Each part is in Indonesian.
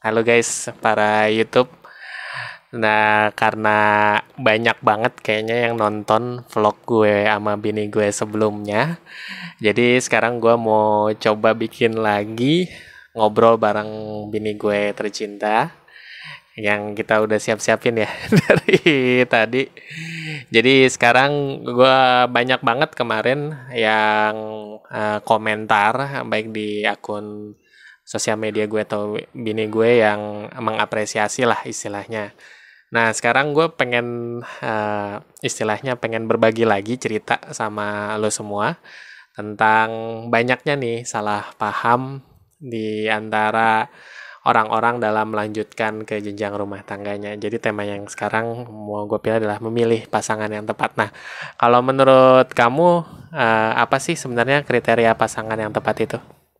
Halo guys, para YouTube. Nah, karena banyak banget kayaknya yang nonton vlog gue sama bini gue sebelumnya. Jadi sekarang gue mau coba bikin lagi ngobrol bareng bini gue tercinta. Yang kita udah siap-siapin ya dari tadi. Jadi sekarang gue banyak banget kemarin yang komentar baik di akun sosial media gue atau bini gue yang mengapresiasi lah istilahnya. Nah, sekarang gue pengen istilahnya pengen berbagi lagi cerita sama lo semua tentang banyaknya nih salah paham di antara orang-orang dalam melanjutkan ke jenjang rumah tangganya. Jadi tema yang sekarang mau gue pilih adalah memilih pasangan yang tepat. Nah, kalau menurut kamu apa sih sebenarnya kriteria pasangan yang tepat itu?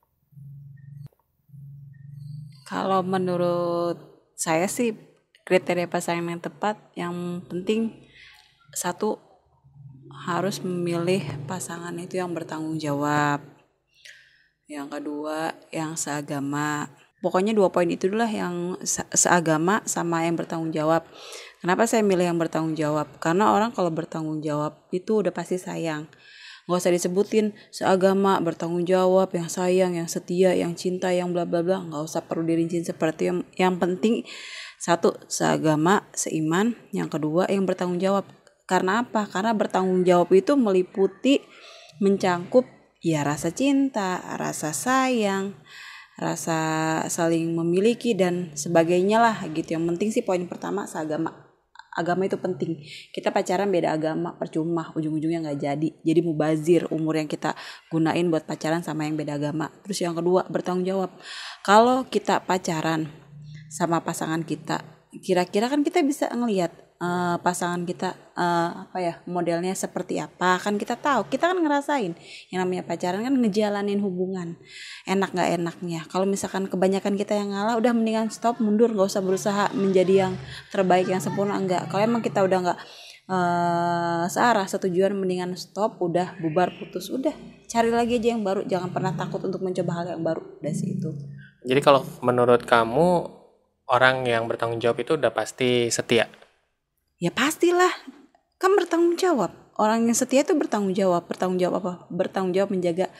Kalau menurut saya sih kriteria pasangan yang tepat yang penting satu harus memilih pasangan itu yang bertanggung jawab. Yang kedua yang seagama. Pokoknya 2 poin itu dulu lah yang seagama sama yang bertanggung jawab. Kenapa saya milih yang bertanggung jawab? Karena orang kalau bertanggung jawab itu udah pasti sayang. Gak usah disebutin seagama, bertanggung jawab, yang sayang, yang setia, yang cinta, yang bla bla bla. Gak usah perlu dirincin seperti yang penting satu seagama, seiman. Yang kedua yang bertanggung jawab. Karena apa? Karena bertanggung jawab itu meliputi mencangkup ya rasa cinta, rasa sayang, rasa saling memiliki dan sebagainya lah gitu. Yang penting sih poin pertama seagama. Agama itu penting. Kita pacaran beda agama percuma, ujung-ujungnya nggak jadi mubazir umur yang kita gunain buat pacaran sama yang beda agama. Terus yang kedua bertanggung jawab. Kalau kita pacaran sama pasangan kita, kira-kira kan kita bisa ngelihat pasangan kita modelnya seperti apa, kan kita tahu, kita kan ngerasain yang namanya pacaran kan ngejalanin hubungan enak nggak enaknya. Kalau misalkan kebanyakan kita yang ngalah, udah mendingan stop, mundur, nggak usah berusaha menjadi yang terbaik, yang sempurna, enggak. Kalau emang kita udah nggak searah setujuan, mendingan stop, udah bubar, putus, udah cari lagi aja yang baru. Jangan pernah takut untuk mencoba hal yang baru. Udah sih itu. Jadi kalau menurut kamu orang yang bertanggung jawab itu udah pasti setia? Ya pastilah, kan bertanggung jawab. Orang yang setia itu bertanggung jawab. Bertanggung jawab apa? Bertanggung jawab menjaga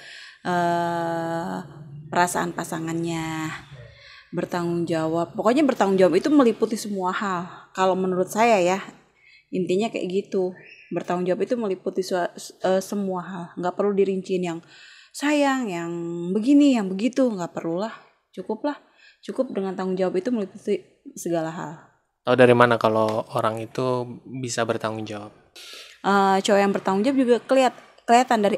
perasaan pasangannya. Bertanggung jawab. Pokoknya bertanggung jawab itu meliputi semua hal. Kalau menurut saya ya, intinya kayak gitu. Bertanggung jawab itu meliputi semua hal. Nggak perlu dirinciin yang sayang, yang begini, yang begitu. Nggak perlu lah. Cukup lah. Cukup dengan tanggung jawab itu meliputi segala hal. Tahu dari mana kalau orang itu bisa bertanggung jawab? Cowok yang bertanggung jawab juga kelihatan dari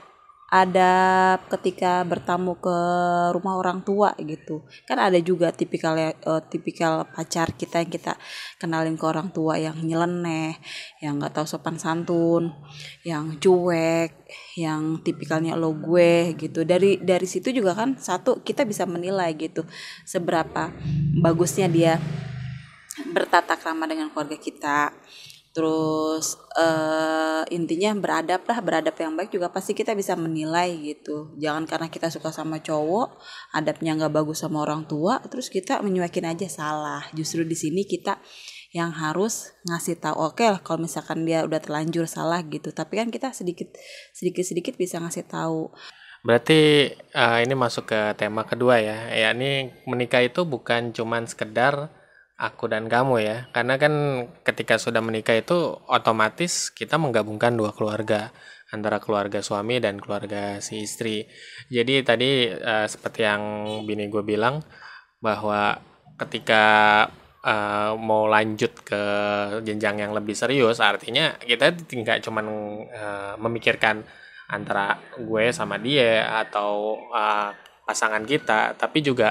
adab ketika bertamu ke rumah orang tua gitu. Kan ada juga tipikal pacar kita yang kita kenalin ke orang tua yang nyeleneh, yang nggak tahu sopan santun, yang cuek, yang tipikalnya lo gue gitu. Dari situ juga kan satu kita bisa menilai gitu seberapa bagusnya dia bertata krama dengan keluarga kita. Terus intinya beradab yang baik juga pasti kita bisa menilai gitu. Jangan karena kita suka sama cowok, adabnya nggak bagus sama orang tua, terus kita menyuekin aja, salah. Justru di sini kita yang harus ngasih tahu, oke lah kalau misalkan dia udah terlanjur salah gitu, tapi kan kita sedikit bisa ngasih tahu. Berarti ini masuk ke tema kedua ya, yakni menikah itu bukan cuman sekedar aku dan kamu ya, karena kan ketika sudah menikah itu otomatis kita menggabungkan dua keluarga, antara keluarga suami dan keluarga si istri. Jadi tadi seperti yang bini gue bilang bahwa ketika mau lanjut ke jenjang yang lebih serius, artinya kita tidak cuman memikirkan antara gue sama dia atau pasangan kita, tapi juga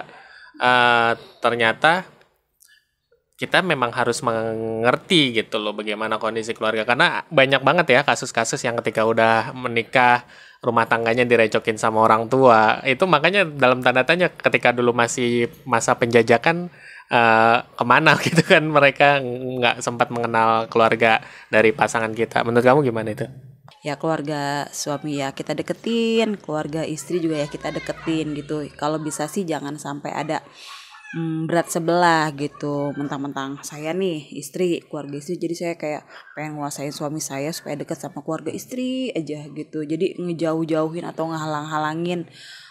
ternyata kita memang harus mengerti gitu loh bagaimana kondisi keluarga, karena banyak banget ya kasus-kasus yang ketika udah menikah rumah tangganya direcokin sama orang tua. Itu makanya dalam tanda tanya ketika dulu masih masa penjajakan kemana gitu kan, mereka nggak sempat mengenal keluarga dari pasangan kita. Menurut kamu gimana itu? Ya keluarga suami ya kita deketin, keluarga istri juga ya kita deketin gitu. Kalau bisa sih jangan sampai ada berat sebelah gitu. Mentang-mentang saya nih istri, keluarga istri, jadi saya kayak pengen nguasain suami saya supaya dekat sama keluarga istri aja gitu. Jadi ngejauh-jauhin atau ngehalang-halangin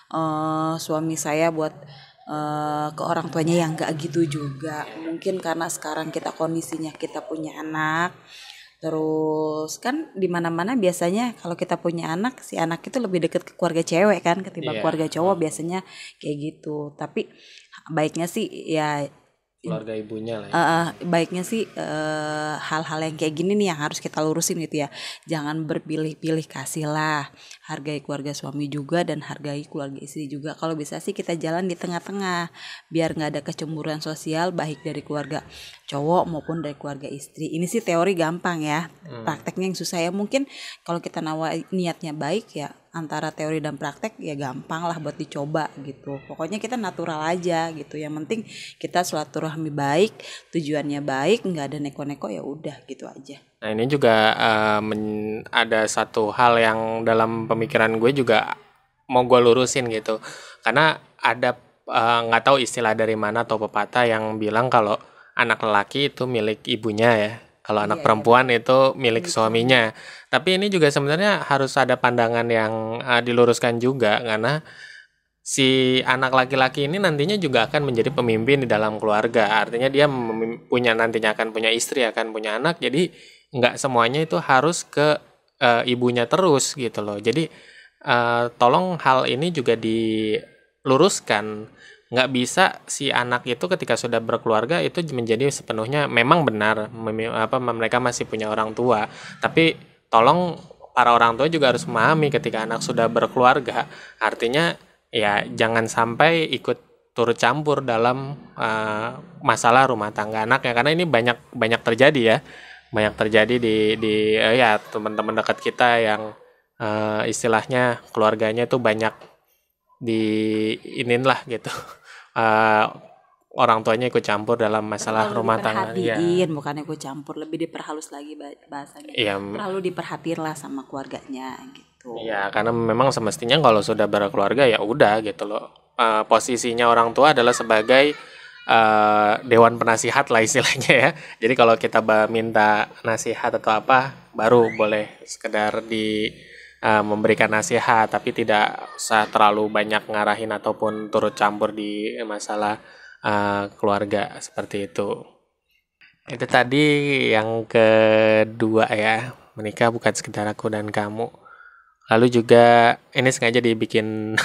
suami saya buat ke orang tuanya yang gak gitu juga. Mungkin karena sekarang kita kondisinya kita punya anak. Terus kan di mana-mana biasanya kalau kita punya anak, si anak itu lebih dekat ke keluarga cewek kan ketimbang keluarga cowok biasanya kayak gitu. Tapi baiknya sih ya Keluarga ibunya lah ya. baiknya sih hal-hal yang kayak gini nih yang harus kita lurusin gitu ya. Jangan berpilih-pilih, kasihlah, hargai keluarga suami juga dan hargai keluarga istri juga. Kalau bisa sih kita jalan di tengah-tengah biar nggak ada kecemburuan sosial baik dari keluarga cowok maupun dari keluarga istri. Ini sih teori gampang ya, prakteknya yang susah ya. Mungkin kalau kita niatnya baik ya, antara teori dan praktek ya gampang lah buat dicoba gitu. Pokoknya kita natural aja gitu. Yang penting kita silaturahmi baik, tujuannya baik, nggak ada neko-neko, ya udah gitu aja. Nah ini juga ada satu hal yang dalam pemikiran gue juga mau gue lurusin gitu. Karena ada nggak tahu istilah dari mana atau pepatah yang bilang kalau anak lelaki itu milik ibunya ya. Kalau anak perempuan itu milik suaminya. Tapi ini juga sebenarnya harus ada pandangan yang diluruskan juga karena si anak laki-laki ini nantinya juga akan menjadi pemimpin di dalam keluarga. Artinya dia nantinya akan punya istri, akan punya anak. Jadi nggak semuanya itu harus ke ibunya terus gitu loh. Jadi tolong hal ini juga diluruskan. Nggak bisa si anak itu ketika sudah berkeluarga itu menjadi sepenuhnya memang benar mereka masih punya orang tua. Tapi tolong para orang tua juga harus memahami ketika anak sudah berkeluarga. Artinya ya jangan sampai ikut turut campur dalam masalah rumah tangga anak ya, karena ini banyak terjadi ya, banyak terjadi di ya teman-teman dekat kita yang istilahnya keluarganya itu banyak lah gitu, orang tuanya ikut campur dalam masalah rumah tangga. Diperhatiin, bukan ikut campur, lebih diperhalus lagi bahasanya. Terlalu diperhatiin lah sama keluarganya gitu. Iya, karena memang semestinya kalau sudah berkeluarga ya udah gitu loh. Posisinya orang tua adalah sebagai dewan penasihat lah istilahnya ya. Jadi kalau kita minta nasihat atau apa, baru boleh sekedar memberikan nasihat, tapi tidak usah terlalu banyak ngarahin ataupun turut campur di masalah keluarga seperti itu. Itu tadi yang kedua ya, menikah bukan sekedar aku dan kamu. Lalu juga ini sengaja dibikin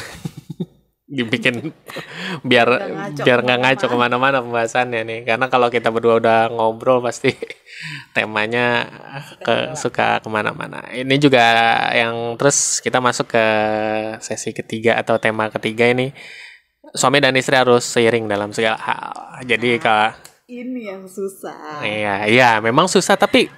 biar nggak ngaco kemana-mana pembahasannya nih, karena kalau kita berdua udah ngobrol pasti temanya suka kemana-mana. Ini juga yang terus kita masuk ke sesi ketiga atau tema ketiga ini, suami dan istri harus seiring dalam segala hal. Jadi kalau ini yang susah. Iya memang susah, tapi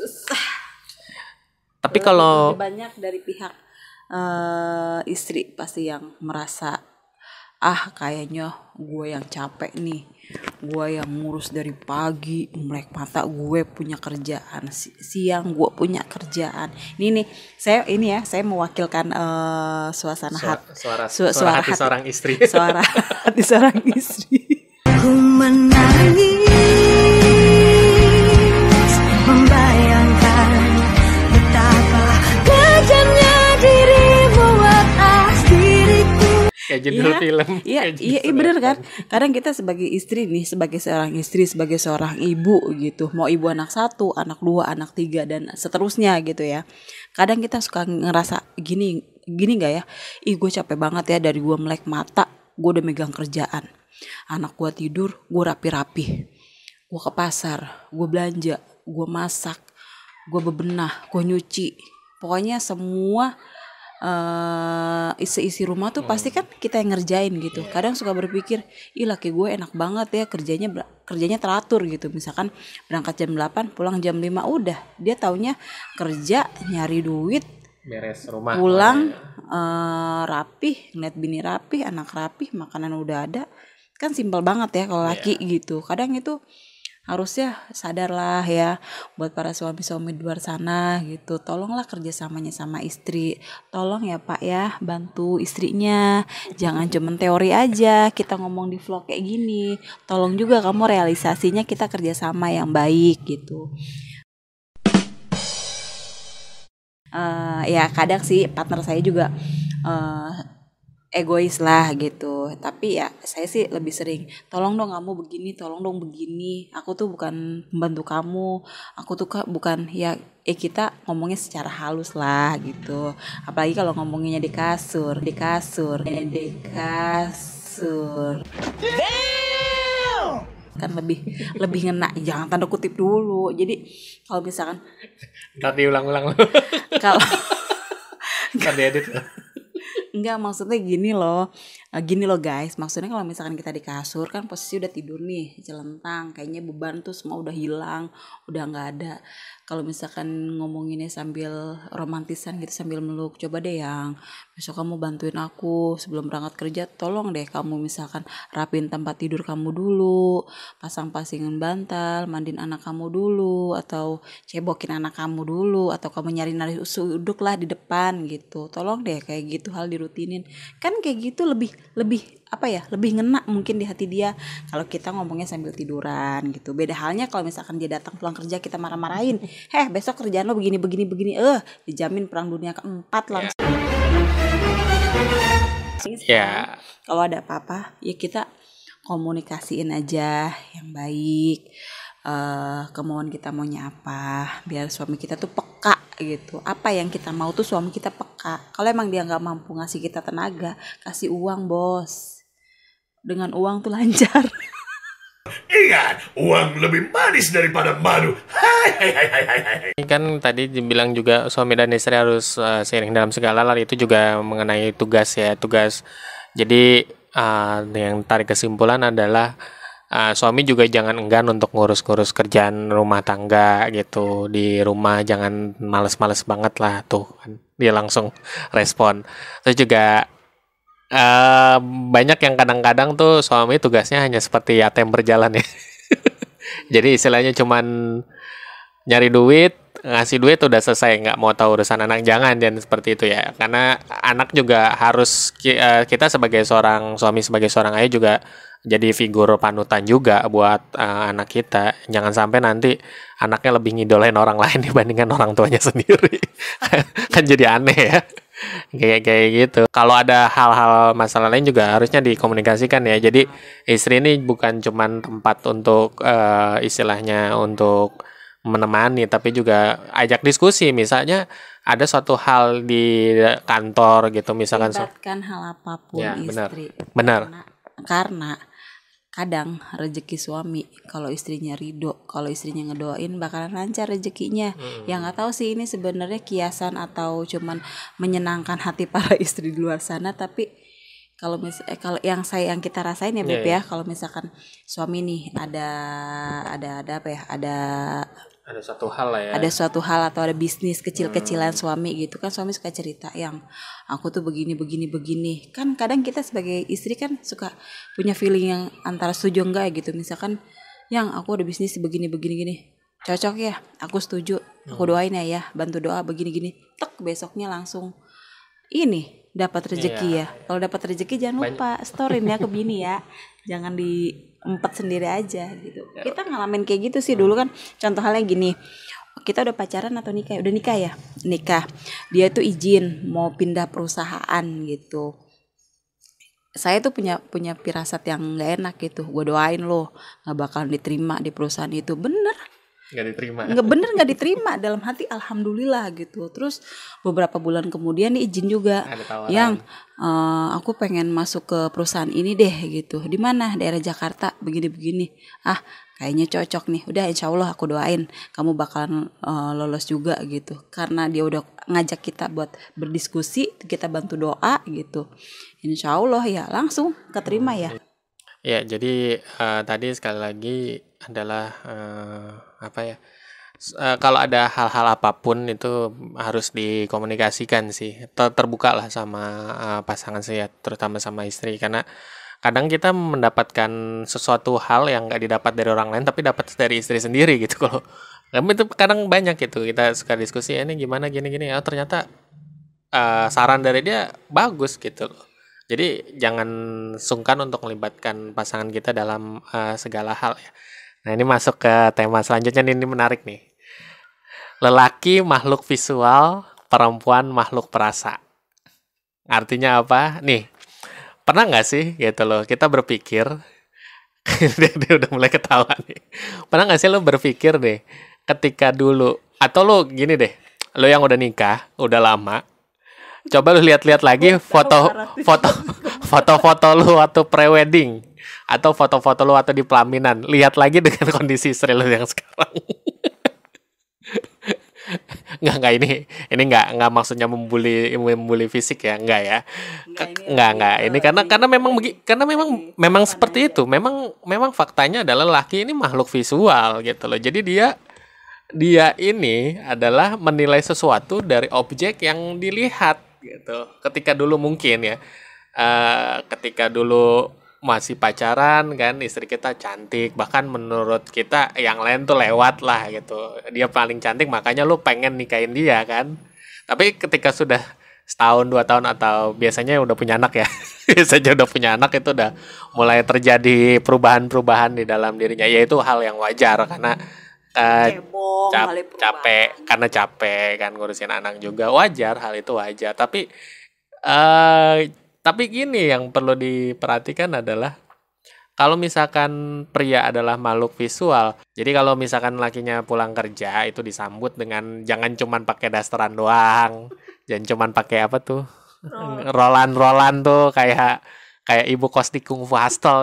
kalau banyak dari pihak istri pasti yang merasa kayaknya gue yang capek nih, gue yang ngurus dari pagi melek mata, gue punya kerjaan siang, gue punya kerjaan. Ini saya mewakilkan suasana suara hati seorang istri. Suara hati seorang istri. Ku menangis membayangkan betapa kejamnya dirimu atas diriku. Kayak judul film. Iya bener kan. Kadang kita sebagai istri nih, sebagai seorang istri, sebagai seorang ibu gitu, mau ibu anak 1, anak 2, anak 3 dan seterusnya gitu ya. Kadang kita suka ngerasa gini gak ya, gue capek banget ya, dari gue melek mata gue udah megang kerjaan, anak gue tidur gue rapi-rapi, gue ke pasar, gue belanja, gue masak, gue bebenah, gue nyuci, pokoknya semua isi rumah tuh pasti kan kita yang ngerjain gitu. Kadang suka berpikir, laki gue enak banget ya, kerjanya teratur gitu. Misalkan berangkat jam 8 pulang jam 5, udah dia taunya kerja, nyari duit, beres rumah, pulang rapih, ngeliat bini rapih, anak rapih, makanan udah ada. Kan simpel banget ya kalau laki gitu. Kadang itu harusnya sadarlah ya buat para suami-suami di luar sana gitu. Tolonglah kerjasamanya sama istri. Tolong ya Pak ya bantu istrinya. Jangan cuman teori aja kita ngomong di vlog kayak gini. Tolong juga kamu realisasinya kita kerjasama yang baik gitu. Ya kadang sih partner saya juga egois lah gitu, tapi ya saya sih lebih sering tolong dong kamu begini, tolong dong begini, aku tuh bukan pembantu kamu, aku tuh bukan ya kita ngomongnya secara halus lah gitu, apalagi kalau ngomonginnya di kasur kan lebih ngena, jangan tanda kutip dulu. Jadi kalau misalkan Ntar diulang-ulang lu. kalau Ntar diedit lu. enggak, maksudnya gini loh guys, maksudnya kalau misalkan kita di kasur kan posisi udah tidur nih celentang, kayaknya beban tuh semua udah hilang, udah nggak ada. Kalau misalkan ngomonginnya sambil romantisan gitu, sambil meluk, coba deh yang besok kamu bantuin aku sebelum berangkat kerja, tolong deh kamu misalkan rapin tempat tidur kamu dulu, pasang-pasingin bantal, mandiin anak kamu dulu, atau cebokin anak kamu dulu, atau kamu nyari uduk lah di depan gitu. Tolong deh kayak gitu hal dirutinin. Kan kayak gitu lebih lebih ngena mungkin di hati dia kalau kita ngomongnya sambil tiduran gitu. Beda halnya kalau misalkan dia datang pulang kerja kita marah-marahin, besok kerjaan lo begini dijamin perang dunia keempat langsung. Ya. Kalau ada apa-apa ya kita komunikasiin aja yang baik, kemauan kita maunya apa, biar suami kita tuh peka gitu. Apa yang kita mau tuh suami kita peka. Kalau emang dia nggak mampu ngasih kita tenaga, kasih uang bos. Dengan uang tuh lancar. Ingat, uang lebih manis daripada madu. Ini kan tadi dibilang juga suami dan istri harus seiring dalam segala hal, itu juga mengenai tugas ya, tugas. Jadi yang tarik kesimpulan adalah suami juga jangan enggan untuk ngurus-ngurus kerjaan rumah tangga gitu di rumah, jangan males-males banget lah tuh kan. Dia langsung respon. Terus juga banyak yang kadang-kadang tuh suami tugasnya hanya seperti ATM berjalan ya. Jadi istilahnya cuman nyari duit, ngasih duit udah selesai, nggak mau tahu urusan anak. Jangan seperti itu ya, karena anak juga harus kita sebagai seorang suami, sebagai seorang ayah juga jadi figur panutan juga buat anak kita. Jangan sampai nanti anaknya lebih ngidolain orang lain dibandingkan orang tuanya sendiri. Kan jadi aneh ya. Kayak gitu. Kalau ada hal-hal masalah lain juga harusnya dikomunikasikan ya. Jadi istri ini bukan cuman tempat untuk istilahnya untuk menemani, tapi juga ajak diskusi. Misalnya ada suatu hal di kantor gitu, misalkan Libatkan hal apapun ya, istri. benar. Karena kadang rezeki suami kalau istrinya ridho, kalau istrinya ngedoain bakalan lancar rezekinya. Yang nggak tahu sih ini sebenarnya kiasan atau cuman menyenangkan hati para istri di luar sana, tapi kalau kalau yang kita rasain ya Beb ya, kalau misalkan suami nih ada apa ya, ada suatu hal lah ya. Ada suatu hal atau ada bisnis kecil-kecilan suami gitu kan, suami suka cerita yang aku tuh begini. Kan kadang kita sebagai istri kan suka punya feeling yang antara setuju enggak gitu. Misalkan yang aku ada bisnis begini. Cocok ya? Aku setuju. Aku doain ya, bantu doa begini. Tek besoknya langsung ini dapat rezeki ya. Kalau dapat rezeki jangan lupa storyin ya ke bini ya. Jangan diempet sendiri aja gitu. Kita ngalamin kayak gitu sih dulu kan. Contoh halnya gini. Kita udah pacaran atau nikah? Udah nikah ya? Nikah. Dia tuh izin mau pindah perusahaan gitu. Saya tuh punya firasat yang gak enak gitu. Gue doain lo gak bakalan diterima di perusahaan itu. Bener nggak diterima dalam hati alhamdulillah gitu. Terus beberapa bulan kemudian nih izin juga yang aku pengen masuk ke perusahaan ini deh gitu. Di mana? Daerah Jakarta begini. Kayaknya cocok nih. Udah insya Allah aku doain kamu bakalan lolos juga gitu. Karena dia udah ngajak kita buat berdiskusi, kita bantu doa gitu. Insya Allah ya langsung keterima ya. Ya, jadi tadi sekali lagi adalah kalau ada hal-hal apapun itu harus dikomunikasikan sih, terbuka lah sama pasangan saya, terutama sama istri, karena kadang kita mendapatkan sesuatu hal yang nggak didapat dari orang lain tapi dapat dari istri sendiri gitu. Kalau kami itu kadang banyak gitu kita suka diskusi ini gimana gini-gini, oh ternyata saran dari dia bagus gitu loh. Jadi jangan sungkan untuk melibatkan pasangan kita dalam segala hal ya. Nah ini masuk ke tema selanjutnya nih, ini menarik nih. Lelaki makhluk visual, perempuan makhluk perasa. Artinya apa? Nih, pernah nggak sih gitu loh kita berpikir, dia udah mulai ketawa nih. Pernah nggak sih lo berpikir deh, ketika dulu, atau lo gini deh, lo yang udah nikah, udah lama, coba lu lihat-lihat lagi foto-foto lu waktu prewedding atau foto-foto lu waktu di pelaminan. Lihat lagi dengan kondisi istri lu yang sekarang. Enggak ini enggak maksudnya membuli fisik ya, enggak ya. Enggak. Ini karena memang seperti itu. Memang faktanya adalah laki ini makhluk visual gitu loh. Jadi dia ini adalah menilai sesuatu dari objek yang dilihat gitu. Ketika dulu mungkin ya, ketika dulu masih pacaran kan, istri kita cantik, bahkan menurut kita yang lain tuh lewat lah gitu, dia paling cantik makanya lu pengen nikahin dia kan. Tapi ketika sudah setahun 2 tahun atau biasanya udah punya anak ya biasanya udah punya anak itu udah mulai terjadi perubahan-perubahan di dalam dirinya, yaitu hal yang wajar karena capek kan ngurusin anak juga, wajar, hal itu wajar. Tapi gini yang perlu diperhatikan adalah kalau misalkan pria adalah makhluk visual, jadi kalau misalkan lakinya pulang kerja itu disambut dengan jangan cuman pakai dasteran doang, jangan cuman pakai apa tuh rolan tuh kayak ibu kos di Kung Fu Hustle.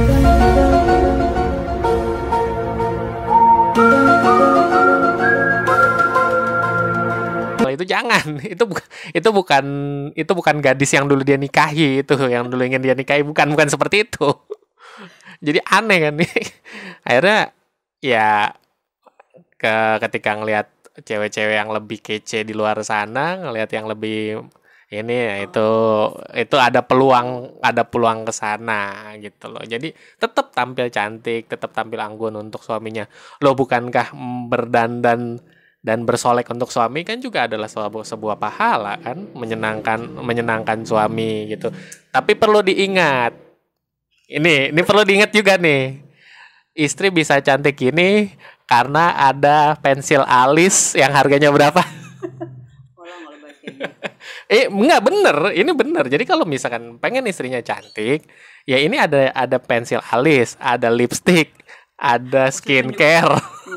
Itu jangan, itu bukan gadis yang dulu dia nikahi, itu yang dulu ingin dia nikahi, bukan seperti itu. Jadi aneh kan nih. Akhirnya ya ketika ngelihat cewek-cewek yang lebih kece di luar sana, ngelihat yang lebih ini ya, itu ada peluang ke sana gitu loh. Jadi tetap tampil cantik, tetap tampil anggun untuk suaminya. Loh, bukankah berdandan dan bersolek untuk suami kan juga adalah sebuah pahala kan, menyenangkan suami gitu. Tapi perlu diingat, ini perlu diingat juga nih, istri bisa cantik ini karena ada pensil alis yang harganya berapa? Enggak, ini bener. Jadi kalau misalkan pengen istrinya cantik, ya ini ada pensil alis, ada lipstick, ada skincare.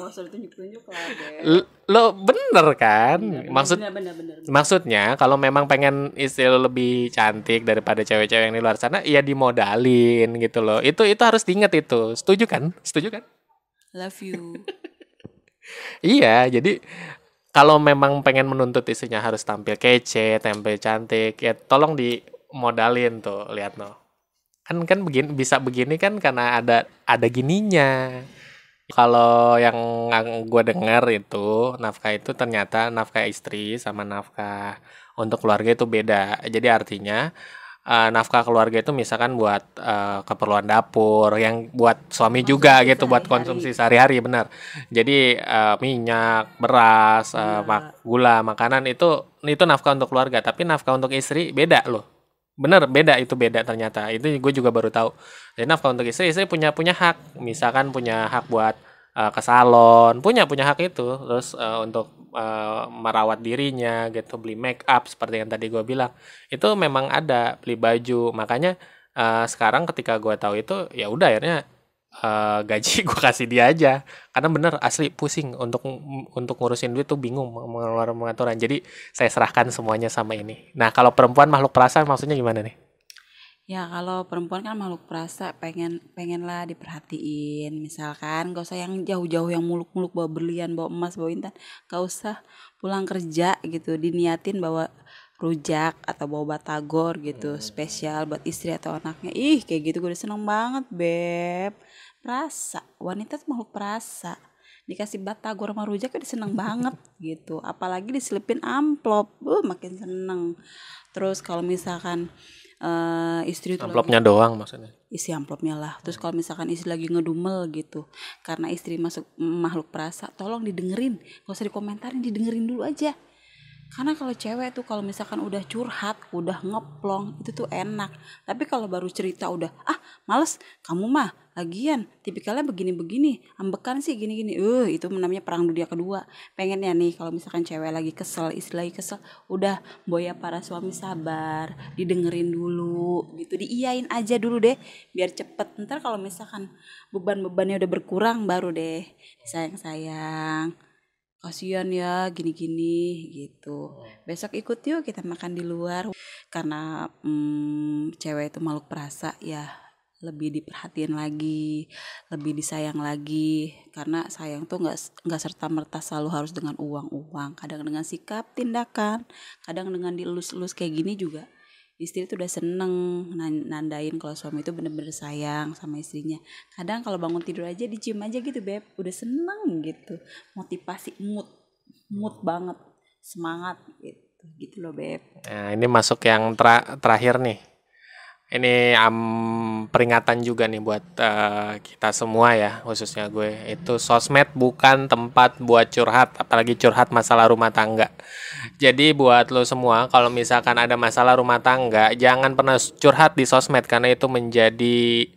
Lo bener kan? Maksudnya kalau memang pengen istri lo lebih cantik daripada cewek-cewek yang di luar sana, ya dimodalin gitu loh. Itu harus diingat itu. Setuju kan? Love you. Iya, jadi kalau memang pengen menuntut istrinya harus tampil kece, tampil cantik, ya tolong dimodalin tuh, lihat no. Kan bisa begini kan karena ada gininya. Kalau yang gue dengar itu nafkah itu ternyata nafkah istri sama nafkah untuk keluarga itu beda. Jadi artinya nafkah keluarga itu misalkan buat keperluan dapur, yang buat suami juga gitu, buat konsumsi sehari-hari, benar. Jadi minyak, beras, gula, makanan itu nafkah untuk keluarga. Tapi nafkah untuk istri beda loh. Bener, beda ternyata. Itu gue juga baru tahu. Jadi nafkah untuk istri punya hak. Misalkan punya hak buat ke salon, punya hak itu. Terus untuk merawat dirinya gitu, beli make up seperti yang tadi gue bilang. Itu memang ada, beli baju. Makanya sekarang ketika gue tahu itu, ya udah akhirnya gaji gue kasih dia aja. Karena bener asli pusing untuk ngurusin duit tuh, bingung mengeluarkan pengaturan. Jadi saya serahkan semuanya sama ini. Nah, kalau perempuan makhluk perasa maksudnya gimana nih? Ya kalau perempuan kan makhluk perasa, pengen lah diperhatiin. Misalkan gak usah yang jauh-jauh, yang muluk-muluk bawa berlian, bawa emas, bawa intan. Gak usah, pulang kerja gitu diniatin bawa rujak atau bawa batagor gitu, spesial buat istri atau anaknya. Kayak gitu gue udah seneng banget, Beb. Perasa, wanita tuh makhluk perasa. Dikasih batagor sama rujak udah seneng banget gitu. Apalagi diselipin amplop, makin seneng. Terus kalau misalkan istri itu Amplopnya doang maksudnya. isi amplopnya lah. Terus kalau misalkan istri lagi ngedumel gitu, karena istri masuk makhluk perasa, tolong didengerin, gak usah dikomentarin, didengerin dulu aja. Karena kalau cewek tuh kalau misalkan udah curhat, udah ngeplong, itu tuh enak. Tapi kalau baru cerita udah, males, kamu mah lagian tipikalnya begini-begini, ambekan sih gini-gini. Itu namanya perang dunia kedua. Pengennya nih kalau misalkan cewek lagi kesel, istri lagi kesel, udah boya para suami sabar, didengerin dulu gitu, diiyain aja dulu deh biar cepet. Ntar kalau misalkan beban-bebannya udah berkurang baru deh sayang-sayang, kasihan ya gini-gini gitu, besok ikut yuk kita makan di luar. Karena cewek itu makhluk perasa ya, lebih diperhatiin lagi, lebih disayang lagi. Karena sayang tuh nggak serta merta selalu harus dengan uang, kadang dengan sikap, tindakan, kadang dengan dielus-elus kayak gini juga istri tuh udah seneng nandain kalau suami itu bener-bener sayang sama istrinya. Kadang kalau bangun tidur aja dicium aja gitu beb, udah seneng gitu, motivasi, mood banget, semangat gitu loh beb. Nah, ini masuk yang terakhir nih. Ini peringatan juga nih buat kita semua ya, khususnya gue. Itu sosmed bukan tempat buat curhat, apalagi curhat masalah rumah tangga. Jadi buat lo semua, kalau misalkan ada masalah rumah tangga, jangan pernah curhat di sosmed, karena itu menjadi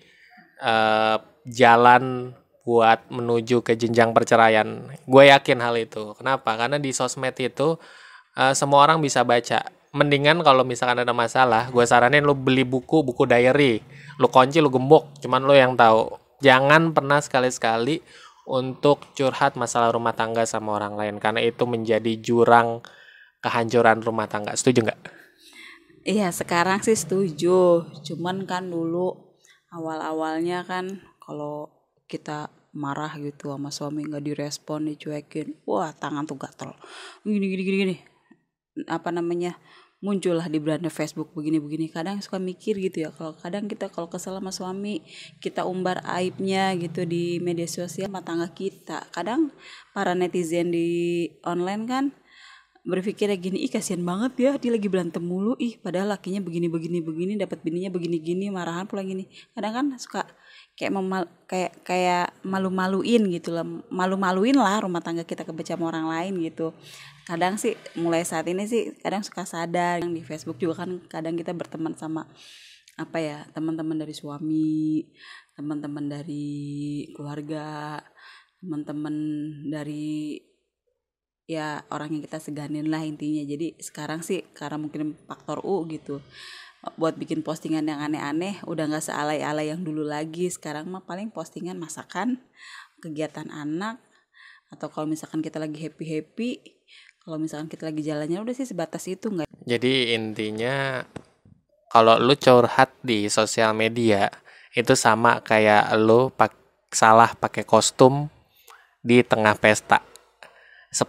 jalan buat menuju ke jenjang perceraian. Gue yakin hal itu. Kenapa? Karena di sosmed itu semua orang bisa baca. Mendingan kalau misalkan ada masalah, gue saranin lo beli buku diary, lo kunci, lo gembok, cuman lo yang tahu. Jangan pernah sekali-sekali untuk curhat masalah rumah tangga sama orang lain, karena itu menjadi jurang kehancuran rumah tangga. Setuju nggak? Iya sekarang sih setuju, cuman kan dulu awal-awalnya kan kalau kita marah gitu sama suami nggak direspon, dicuekin, wah tangan tuh gatel, gini apa namanya, muncullah di beranda Facebook begini. Kadang suka mikir gitu ya, kalau kadang kita kalau kesel sama suami, kita umbar aibnya gitu di media sosial rumah tangga kita. Kadang para netizen di online kan berpikirnya gini, kasihan banget ya dia lagi berantem mulu, padahal lakinya begini, dapat bininya begini, marahan pula gini. Kadang kan suka kayak malu-maluin gitu lah, malu-maluin lah rumah tangga kita kebaca sama orang lain gitu. Kadang sih mulai saat ini sih kadang suka sadar, yang di Facebook juga kan kadang kita berteman sama teman-teman dari suami, teman-teman dari keluarga, teman-teman dari ya orang yang kita seganin lah intinya. Jadi sekarang sih karena mungkin faktor gitu, buat bikin postingan yang aneh-aneh udah nggak sealay-alay yang dulu lagi. Sekarang mah paling postingan masakan, kegiatan anak, atau kalau misalkan kita lagi happy, kalau misalkan kita lagi jalannya, udah sih sebatas itu. Nggak. Jadi intinya kalau lu curhat di sosial media itu sama kayak lu salah pakai kostum di tengah pesta. 10%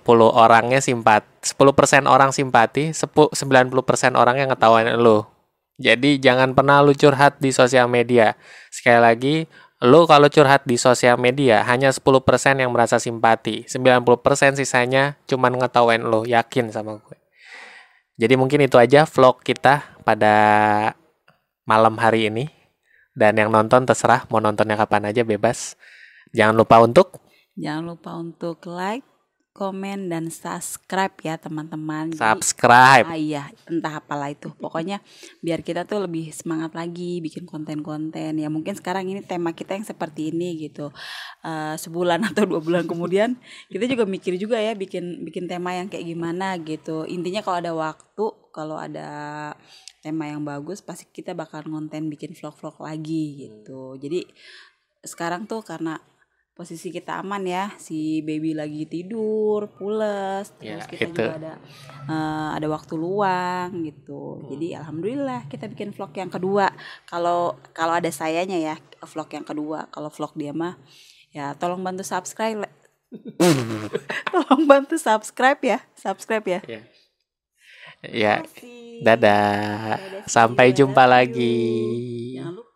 orang simpati, 90% orang yang ngetawain lu. Jadi jangan pernah lu curhat di sosial media. Sekali lagi, lu kalau curhat di sosial media hanya 10% yang merasa simpati, 90% sisanya cuman ngetawain lu, yakin sama gue. Jadi mungkin itu aja vlog kita pada malam hari ini. Dan yang nonton terserah mau nontonnya kapan aja, bebas. Jangan lupa untuk like, komen, dan subscribe ya teman-teman. Subscribe. Iya, entah apalah itu. Pokoknya biar kita tuh lebih semangat lagi bikin konten-konten. Ya mungkin sekarang ini tema kita yang seperti ini gitu. Sebulan atau 2 bulan kemudian kita juga mikir juga ya bikin tema yang kayak gimana gitu. Intinya kalau ada waktu, kalau ada tema yang bagus, pasti kita bakal konten bikin vlog-vlog lagi gitu. Jadi sekarang tuh karena posisi kita aman ya, si baby lagi tidur, pules, terus kita itu juga ada waktu luang gitu. Jadi alhamdulillah kita bikin vlog yang kedua. Kalau ada sayanya ya, vlog yang kedua. Kalau vlog dia mah ya tolong bantu subscribe. Tolong bantu subscribe ya. Ya. Dadah. Sampai jumpa lagi. Jangan lupa